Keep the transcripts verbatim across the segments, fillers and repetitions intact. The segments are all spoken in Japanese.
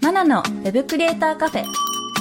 マナのウェブクリエイターカフェ。ウ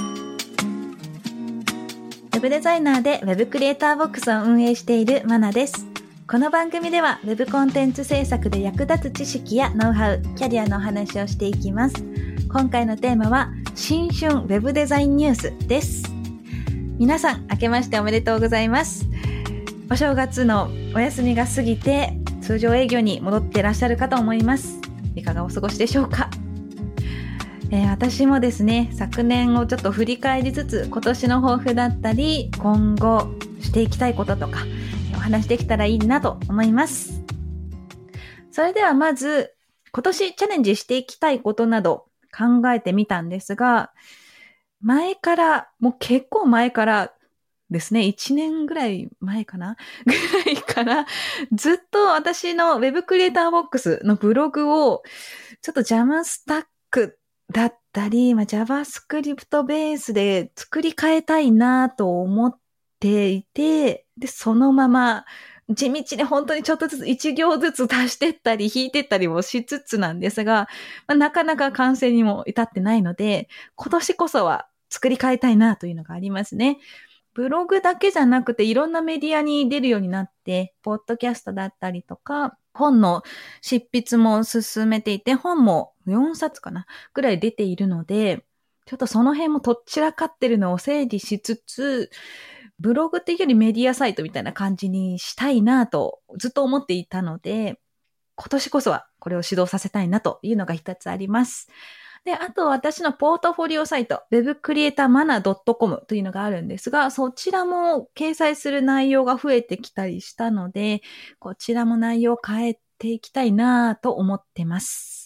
ェブデザイナーでウェブクリエイターボックスを運営しているマナです。この番組ではウェブコンテンツ制作で役立つ知識やノウハウ、キャリアのお話をしていきます。今回のテーマは新春ウェブデザインニュースです。皆さん明けましておめでとうございます。お正月のお休みが過ぎて通常営業に戻っていらっしゃるかと思います。いかがお過ごしでしょうか。えー、私もですね、昨年をちょっと振り返りつつ、今年の抱負だったり今後していきたいこととかお話できたらいいなと思います。それではまず今年チャレンジしていきたいことなど考えてみたんですが、前からもう結構前からですね、いちねんぐらい前かなぐらいからずっと私の Web クリエイターボックスのブログをちょっと Jamstack だったり、まあ、JavaScript ベースで作り変えたいなと思っていて、で、そのまま地道に本当にちょっとずつ一行ずつ足してったり引いてったりもしつつなんですが、まあ、なかなか完成にも至ってないので、今年こそは作り変えたいなというのがありますね。ブログだけじゃなくていろんなメディアに出るようになって、ポッドキャストだったりとか、本の執筆も進めていて、本もよんさつかなぐらい出ているので、ちょっとその辺もとっちらかってるのを整理しつつ、ブログっていうよりメディアサイトみたいな感じにしたいなとずっと思っていたので、今年こそはこれを指導させたいなというのが一つあります。で、あと私のポートフォリオサイト、ウェブクリエイターマナドットコム というのがあるんですが、そちらも掲載する内容が増えてきたりしたので、こちらも内容を変えていきたいなと思ってます。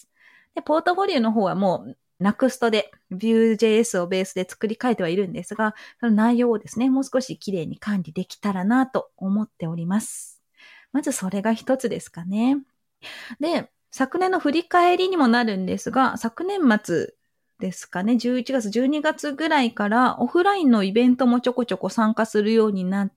で、ポートフォリオの方はもう Next で Vue.js をベースで作り変えてはいるんですが、その内容をですね、もう少し綺麗に管理できたらなと思っております。まずそれが一つですかね。で、昨年の振り返りにもなるんですが、昨年末ですかね、じゅういちがつ、じゅうにがつぐらいからオフラインのイベントもちょこちょこ参加するようになって、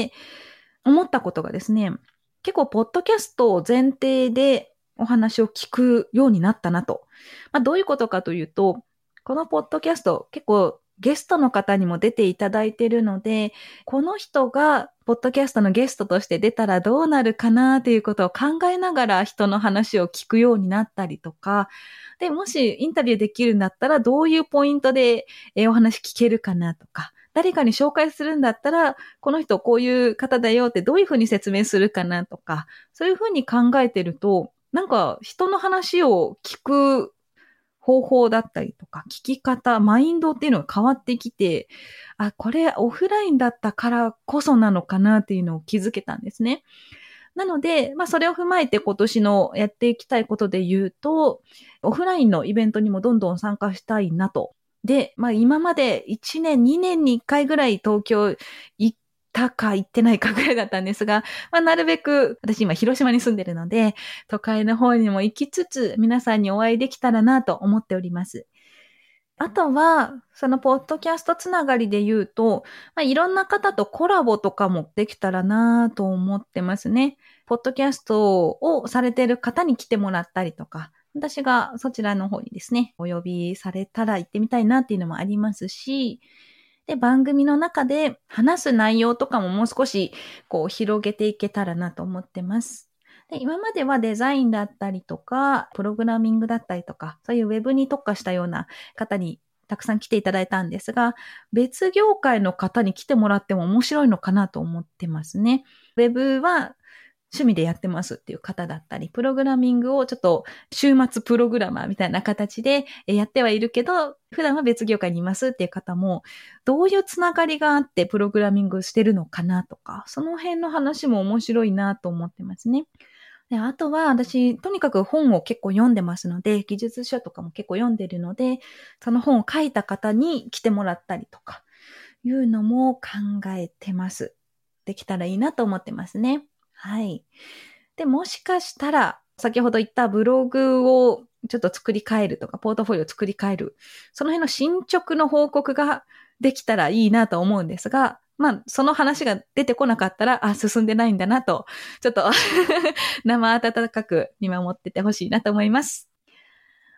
思ったことがですね、結構ポッドキャストを前提でお話を聞くようになったなと。まあ、どういうことかというと、このポッドキャスト結構ゲストの方にも出ていただいているので、この人がポッドキャストのゲストとして出たらどうなるかなということを考えながら人の話を聞くようになったりとか、で、もしインタビューできるんだったらどういうポイントでお話聞けるかなとか、誰かに紹介するんだったら、この人こういう方だよってどういうふうに説明するかなとか、そういうふうに考えてると、なんか人の話を聞く方法だったりとか、聞き方、マインドっていうのが変わってきて、あ、これオフラインだったからこそなのかなっていうのを気づけたんですね。なので、まあそれを踏まえて今年のやっていきたいことで言うと、オフラインのイベントにもどんどん参加したいなと。で、まあ今までいちねん、にねんにいっかいぐらい東京行ったか行ってないかぐらいだったんですが、まあなるべく、私今広島に住んでるので、都会の方にも行きつつ、皆さんにお会いできたらなと思っております。あとは、そのポッドキャストつながりで言うと、まあ、いろんな方とコラボとかもできたらなと思ってますね。ポッドキャストをされている方に来てもらったりとか、私がそちらの方にですね、お呼びされたら行ってみたいなっていうのもありますし、で、番組の中で話す内容とかももう少しこう広げていけたらなと思ってます。で、今まではデザインだったりとか、プログラミングだったりとか、そういうウェブに特化したような方にたくさん来ていただいたんですが、別業界の方に来てもらっても面白いのかなと思ってますね。ウェブは趣味でやってますっていう方だったり、プログラミングをちょっと週末プログラマーみたいな形でやってはいるけど、普段は別業界にいますっていう方も、どういうつながりがあってプログラミングしてるのかなとか、その辺の話も面白いなと思ってますね。で、あとは私、とにかく本を結構読んでますので、技術書とかも結構読んでるので、その本を書いた方に来てもらったりとか、いうのも考えてます。できたらいいなと思ってますね。はい。で、もしかしたら、先ほど言ったブログをちょっと作り変えるとか、ポートフォリオを作り変える。その辺の進捗の報告ができたらいいなと思うんですが、まあ、その話が出てこなかったら、あ、進んでないんだなと、ちょっと生温かく見守っててほしいなと思います。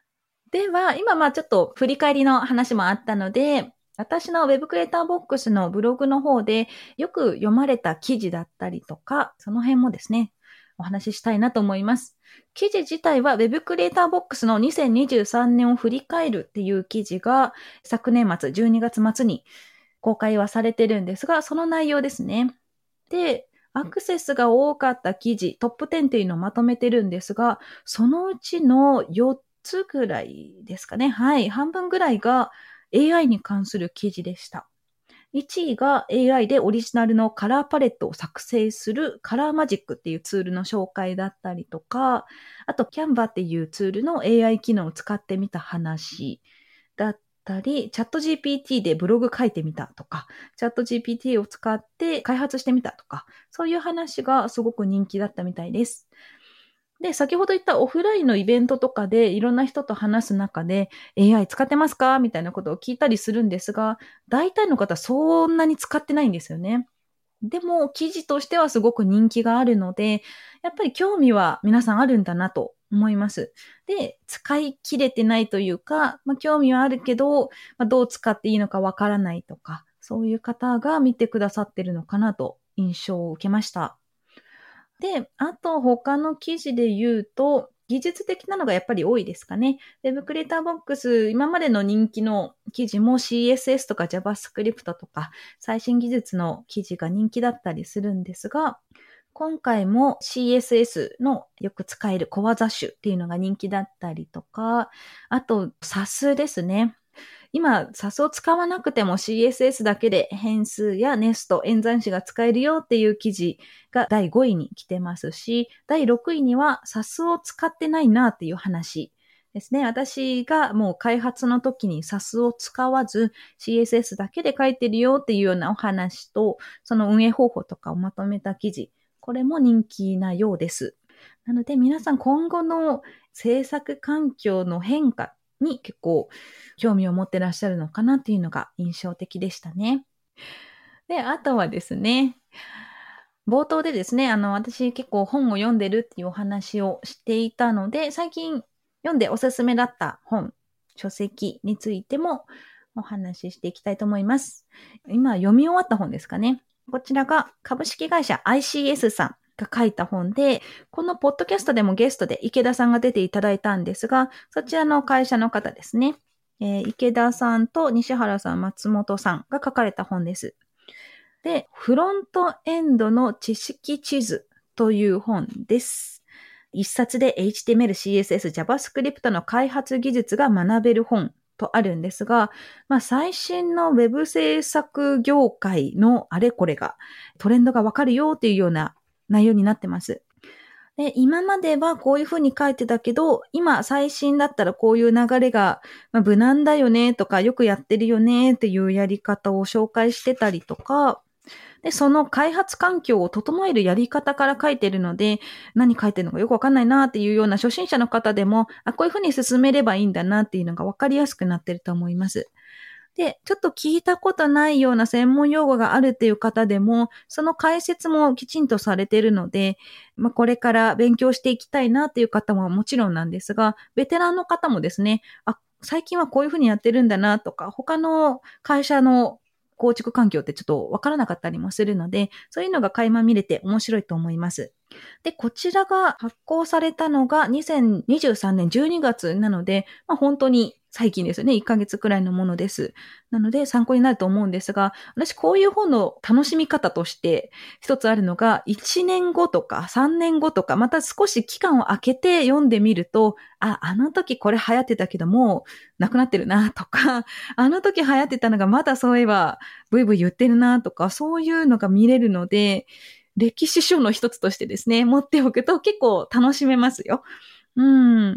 では、今まあちょっと振り返りの話もあったので、私の Web クリエイターボックスのブログの方でよく読まれた記事だったりとか、その辺もですね、お話ししたいなと思います。記事自体は Web クリエイターボックスのにせんにじゅうさんねんを振り返るっていう記事が昨年末じゅうにがつ末に公開はされてるんですが、その内容ですね。で、アクセスが多かった記事、トップじゅうっていうのをまとめてるんですが、そのうちのよっつぐらいですかね。はい。半分ぐらいが エーアイ に関する記事でした。いちいが エーアイ でオリジナルのカラーパレットを作成するカラーマジックっていうツールの紹介だったりとか、あと Canva っていうツールの エーアイ 機能を使ってみた話だったり、チャット ジーピーティー でブログ書いてみたとか、チャット ジーピーティー を使って開発してみたとか、そういう話がすごく人気だったみたいです。で、先ほど言ったオフラインのイベントとかでいろんな人と話す中で エーアイ 使ってますかみたいなことを聞いたりするんですが、大体の方そんなに使ってないんですよね。でも記事としてはすごく人気があるので、やっぱり興味は皆さんあるんだなと思います。で、使い切れてないというか、まあ、興味はあるけど、まあ、どう使っていいのかわからないとか、そういう方が見てくださってるのかなと印象を受けました。で、あと他の記事で言うと、技術的なのがやっぱり多いですかね。Web クリエイターボックス、今までの人気の記事も シーエスエス とか JavaScript とか最新技術の記事が人気だったりするんですが、今回も シーエスエス のよく使える小技集っていうのが人気だったりとか、あと サス ですね。今、サス を使わなくても シーエスエス だけで変数やネスト、演算子が使えるよっていう記事がだいごいに来てますし、だいろくいには サス を使ってないなっていう話ですね。私がもう開発の時に サス を使わず シーエスエス だけで書いてるよっていうようなお話と、その運営方法とかをまとめた記事、これも人気なようです。なので皆さん今後の制作環境の変化に結構興味を持ってらっしゃるのかなっていうのが印象的でしたね。で、あとはですね、冒頭でですね、あの、私結構本を読んでるっていうお話をしていたので、最近読んでおすすめだった本、書籍についてもお話ししていきたいと思います。今読み終わった本ですかね。こちらが株式会社 アイシーエス さんが書いた本で、このポッドキャストでもゲストで池田さんが出ていただいたんですが、そちらの会社の方ですね。えー、池田さんと西原さん、松本さんが書かれた本です。で、フロントエンドの知識地図という本です。一冊で エイチティーエムエル、シーエスエス、JavaScript の開発技術が学べる本とあるんですが、まあ最新の Web 制作業界のあれこれがトレンドがわかるよっていうような内容になってます。で、今まではこういうふうに書いてたけど、今最新だったらこういう流れが、まあ、無難だよねとかよくやってるよねっていうやり方を紹介してたりとか、で、その開発環境を整えるやり方から書いてるので、何書いてるのかよくわかんないなっていうような初心者の方でも、あ、こういうふうに進めればいいんだなっていうのがわかりやすくなってると思います。で、ちょっと聞いたことないような専門用語があるっていう方でも、その解説もきちんとされているので、まあ、これから勉強していきたいなっていう方ももちろんなんですが、ベテランの方もですね、あ、最近はこういうふうにやってるんだなとか、他の会社の構築環境ってちょっとわからなかったりもするので、そういうのが垣間見れて面白いと思います。で、こちらが発行されたのがにせんにじゅうさんねんじゅうにがつなので、まあ、本当に最近ですよね。いっかげつくらいのものです。なので参考になると思うんですが、私こういう本の楽しみ方として一つあるのが、いちねんごとかさんねんごとか、また少し期間を空けて読んでみると、あ、あの時これ流行ってたけどもうなくなってるなとか、あの時流行ってたのがまだそういえばブイブイ言ってるなとか、そういうのが見れるので、歴史書の一つとしてですね、持っておくと結構楽しめますよ。うん、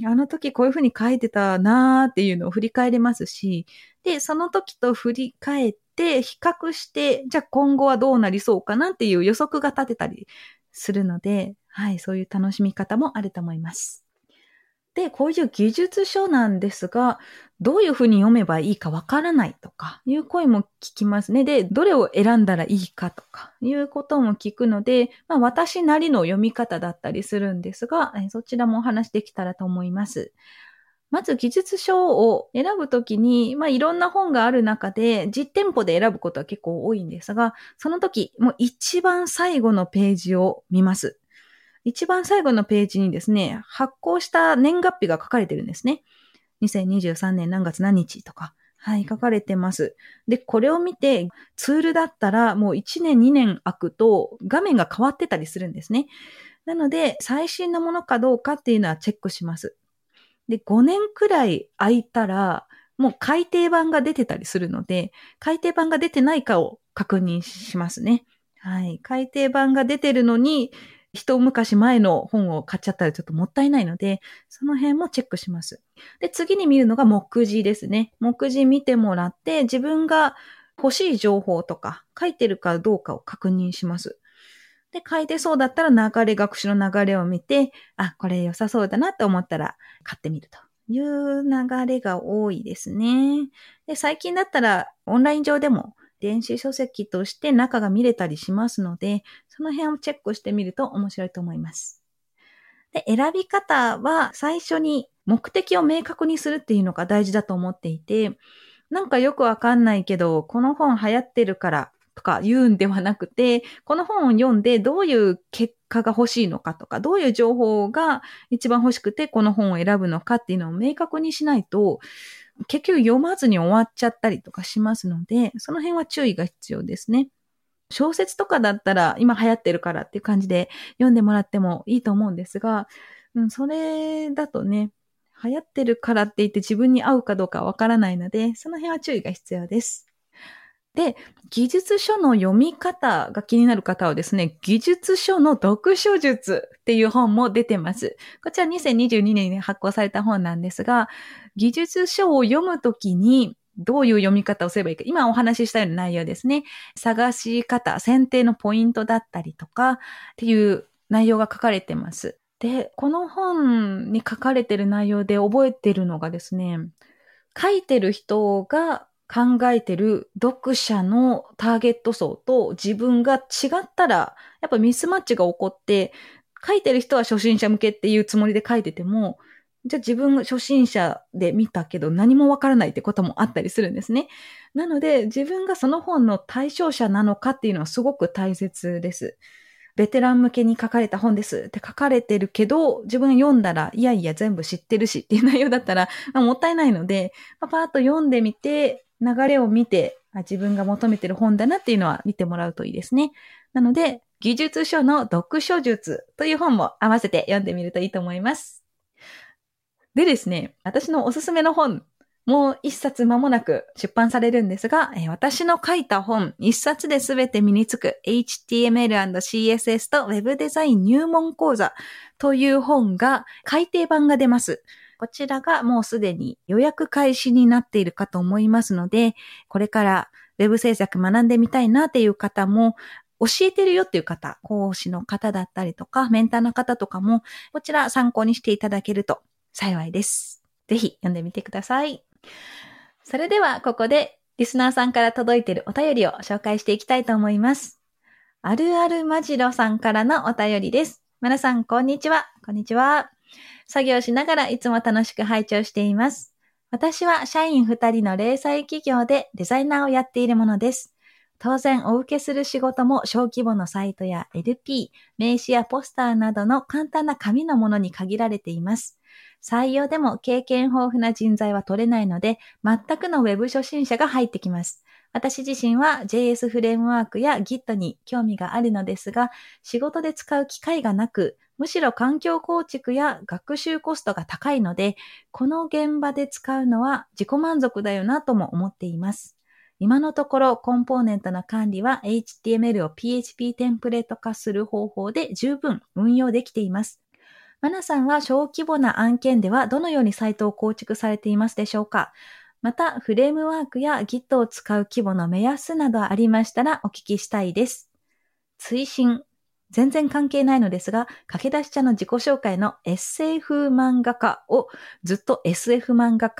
あの時こういうふうに書いてたなーっていうのを振り返れますし、で、その時と振り返って比較して、じゃあ今後はどうなりそうかなっていう予測が立てたりするので、はい、そういう楽しみ方もあると思います。で、こういう技術書なんですが、どういうふうに読めばいいかわからないとかいう声も聞きますね。で、どれを選んだらいいかとかいうことも聞くので、まあ私なりの読み方だったりするんですが、そちらもお話できたらと思います。 まず技術書を選ぶときに、まあいろんな本がある中で実店舗で選ぶことは結構多いんですが、その時、もう一番最後のページを見ます。一番最後のページにですね、発行した年月日が書かれてるんですね。にせんにじゅうさんねん何月何日とか。はい、書かれてます。で、これを見て、ツールだったらもういちねんにねん空くと画面が変わってたりするんですね。なので、最新のものかどうかっていうのはチェックします。で、ごねんくらい空いたら、もう改訂版が出てたりするので、改訂版が出てないかを確認しますね。はい。改訂版が出てるのに、一昔前の本を買っちゃったらちょっともったいないので、その辺もチェックします。で、次に見るのが目次ですね。目次見てもらって、自分が欲しい情報とか書いてるかどうかを確認します。で、書いてそうだったら流れ、学習の流れを見て、あ、これ良さそうだなと思ったら買ってみるという流れが多いですね。で、最近だったらオンライン上でも電子書籍として中が見れたりしますので、その辺をチェックしてみると面白いと思います。で、選び方は最初に目的を明確にするっていうのが大事だと思っていて、なんかよくわかんないけど、この本流行ってるからとか言うんではなくて、この本を読んでどういう結果が欲しいのかとか、どういう情報が一番欲しくてこの本を選ぶのかっていうのを明確にしないと、結局読まずに終わっちゃったりとかしますので、その辺は注意が必要ですね。小説とかだったら今流行ってるからっていう感じで読んでもらってもいいと思うんですが、うん、それだとね、流行ってるからって言って自分に合うかどうかわからないので、その辺は注意が必要です。で、技術書の読み方が気になる方はですね、技術書の読書術っていう本も出てます。こちらにせんにじゅうにねんに発行された本なんですが、技術書を読むときにどういう読み方をすればいいか、今お話ししたような内容ですね。探し方、選定のポイントだったりとかっていう内容が書かれてます。で、この本に書かれてる内容で覚えてるのがですね、書いてる人が考えてる読者のターゲット層と自分が違ったら、やっぱミスマッチが起こって、書いてる人は初心者向けっていうつもりで書いてても、じゃあ自分が初心者で見たけど何もわからないってこともあったりするんですね。なので自分がその本の対象者なのかっていうのはすごく大切です。ベテラン向けに書かれた本ですって書かれてるけど、自分が読んだら、いやいや全部知ってるしっていう内容だったら、まあ、もったいないので、パパーッと読んでみて、流れを見てあ、自分が求めてる本だなっていうのは見てもらうといいですね。なので、技術書の読書術という本も合わせて読んでみるといいと思います。でですね、私のおすすめの本、もう一冊間もなく出版されるんですが、えー、私の書いた本、一冊で全て身につく エイチティーエムエルアンドシーエスエス と Web デザイン入門講座という本が改訂版が出ます。こちらがもうすでに予約開始になっているかと思いますので、これから Web 制作学んでみたいなっていう方も、教えてるよっていう方、講師の方だったりとか、メンターの方とかも、こちら参考にしていただけると幸いです。ぜひ読んでみてください。それではここでリスナーさんから届いているお便りを紹介していきたいと思います。あるあるまじろさんからのお便りです。皆さんこんにちは。こんにちは。作業しながらいつも楽しく拝聴しています。私は社員ふたりの零細企業でデザイナーをやっているものです。当然お受けする仕事も小規模のサイトや エルピー、名刺やポスターなどの簡単な紙のものに限られています。採用でも経験豊富な人材は取れないので、全くの Web 初心者が入ってきます。私自身は ジェイエス フレームワークや Git に興味があるのですが、仕事で使う機会がなく、むしろ環境構築や学習コストが高いので、この現場で使うのは自己満足だよなとも思っています。今のところコンポーネントの管理は エイチティーエムエル を ピーエイチピー テンプレート化する方法で十分運用できています。マナさんは小規模な案件ではどのようにサイトを構築されていますでしょうか？また、フレームワークや Git を使う規模の目安などありましたらお聞きしたいです。追伸。全然関係ないのですが、駆け出し茶の自己紹介のエッセイ風漫画家をずっと エスエフ 漫画家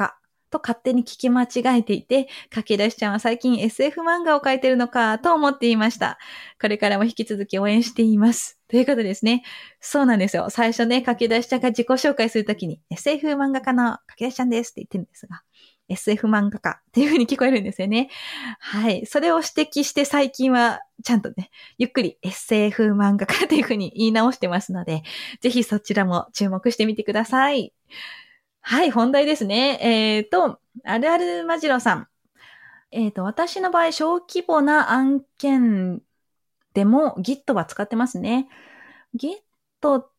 と勝手に聞き間違えていて、書き出しちゃんは最近 エスエフ 漫画を描いてるのかと思っていました。これからも引き続き応援しています。ということですね。そうなんですよ。最初ね、書き出しちゃんが自己紹介するときに エスエフ 漫画家の書き出しちゃんですって言ってるんですが、エスエフ 漫画家っていう風に聞こえるんですよね。はい。それを指摘して最近はちゃんとね、ゆっくり エスエフ 漫画家っていう風に言い直してますので、ぜひそちらも注目してみてください。はい、本題ですね。えっと、あるあるまじろさん。えっと、私の場合、小規模な案件でも Git は使ってますね。Git って、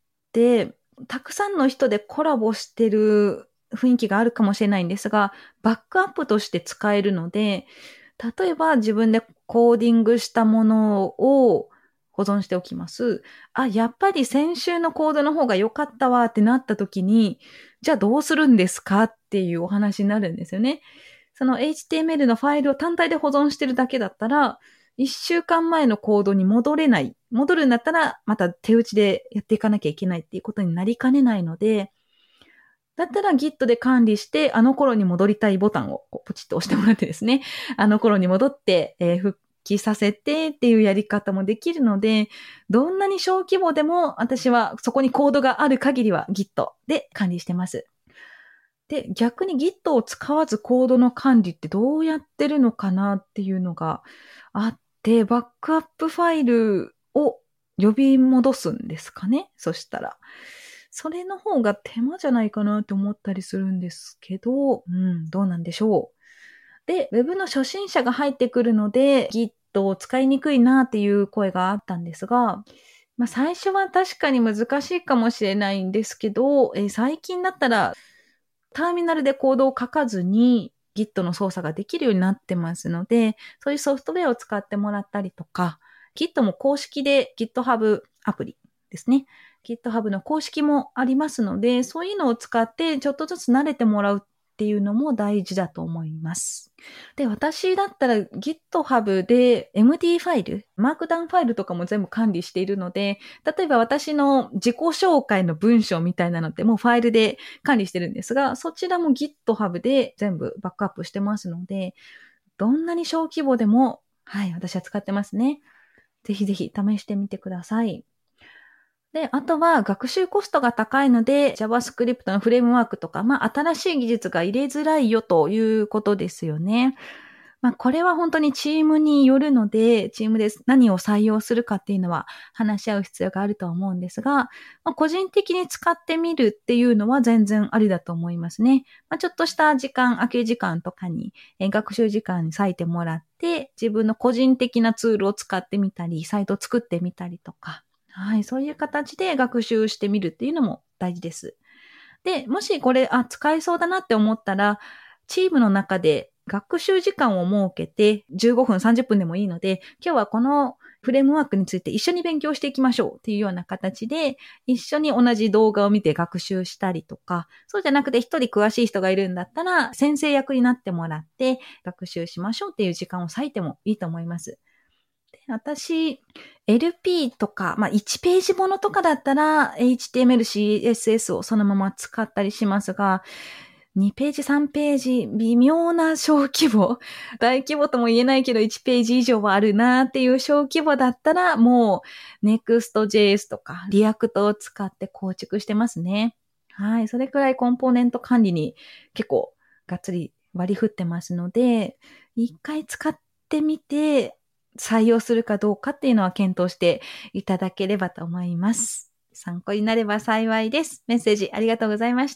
たくさんの人でコラボしてる雰囲気があるかもしれないんですが、バックアップとして使えるので、例えば自分でコーディングしたものを保存しておきます。あ、やっぱり先週のコードの方が良かったわってなった時に、じゃあどうするんですかっていうお話になるんですよね。その エイチティーエムエル のファイルを単体で保存してるだけだったら、一週間前のコードに戻れない。戻るんだったら、また手打ちでやっていかなきゃいけないっていうことになりかねないので、だったら Git で管理して、あの頃に戻りたいボタンをポチッと押してもらってですね、あの頃に戻って、えー、復帰させてっていうやり方もできるので、どんなに小規模でも私はそこにコードがある限りは Git で管理してます。で、逆に Git を使わずコードの管理ってどうやってるのかなっていうのがあって、バックアップファイルを呼び戻すんですかね。そしたら。それの方が手間じゃないかなと思ったりするんですけど、うん、どうなんでしょう。で、Web の初心者が入ってくるので、Git を使いにくいなっていう声があったんですが、まあ最初は確かに難しいかもしれないんですけど、えー、最近だったらターミナルでコードを書かずに Git の操作ができるようになってますので、そういうソフトウェアを使ってもらったりとか、Git も公式で GitHub アプリですね。GitHub の公式もありますので、そういうのを使ってちょっとずつ慣れてもらうっていうのも大事だと思います。で、私だったら GitHub で エムディー ファイル、マークダウンファイルとかも全部管理しているので、例えば私の自己紹介の文章みたいなのってもうファイルで管理してるんですが、そちらも GitHub で全部バックアップしてますので、どんなに小規模でも、はい、私は使ってますね。ぜひぜひ試してみてください。で、あとは学習コストが高いので JavaScript のフレームワークとか、まあ新しい技術が入れづらいよということですよね。まあこれは本当にチームによるので、チームで何を採用するかっていうのは話し合う必要があるとは思うんですが、まあ、個人的に使ってみるっていうのは全然ありだと思いますね。まあ、ちょっとした時間、空き時間とかに、えー、学習時間に割いてもらって、自分の個人的なツールを使ってみたり、サイトを作ってみたりとか、はい、そういう形で学習してみるっていうのも大事です。で、もしこれ、あ、使えそうだなって思ったら、チームの中で学習時間を設けて、じゅうごふん、さんじゅっぷんでもいいので、今日はこのフレームワークについて一緒に勉強していきましょうっていうような形で、一緒に同じ動画を見て学習したりとか、そうじゃなくて一人詳しい人がいるんだったら、先生役になってもらって学習しましょうっていう時間を割いてもいいと思います。私、エルピー とか、まあ、いちページものとかだったら エイチティーエムエル、シーエスエス をそのまま使ったりしますが、にページ、さんページ、微妙な小規模、大規模とも言えないけどいちページ以上はあるなっていう小規模だったら、もう ネクストジェイエス とか リアクト を使って構築してますね。はい。それくらいコンポーネント管理に結構がっつり割り振ってますので、一回使ってみて、採用するかどうかっていうのは検討していただければと思います。参考になれば幸いです。メッセージありがとうございました。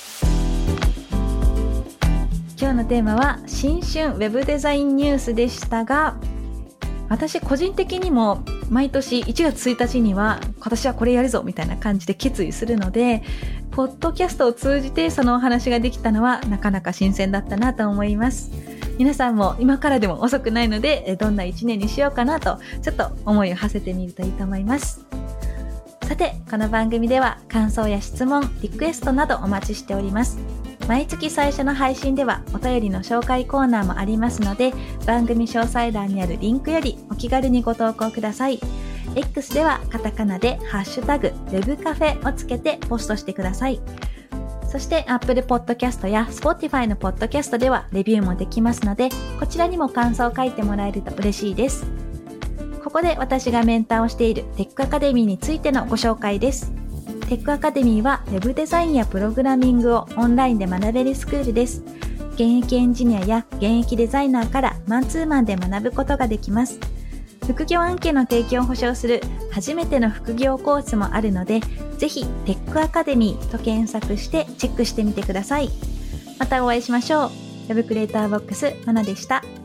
今日のテーマは新春ウェブデザインニュースでしたが、私個人的にも毎年いちがつついたちには今年はこれやるぞみたいな感じで決意するので、ポッドキャストを通じてそのお話ができたのはなかなか新鮮だったなと思います。皆さんも今からでも遅くないので、どんな一年にしようかなとちょっと思いを馳せてみるといいと思います。さて、この番組では感想や質問、リクエストなどお待ちしております。毎月最初の配信ではお便りの紹介コーナーもありますので、番組詳細欄にあるリンクよりお気軽にご投稿ください。X ではカタカナでハッシュタグウェブカフェをつけてポストしてください。 そして Apple Podcast や Spotify の Podcast ではレビューもできますので、こちらにも感想を書いてもらえると嬉しいです。ここで私がメンターをしているテックアカデミーについてのご紹介です。テックアカデミーは Web デザインやプログラミングをオンラインで学べるスクールです。現役エンジニアや現役デザイナーからマンツーマンで学ぶことができます。副業案件の提供を保証する初めての副業コースもあるので、ぜひテックアカデミーと検索してチェックしてみてください。またお会いしましょう。Web クリエイターボックスマナでした。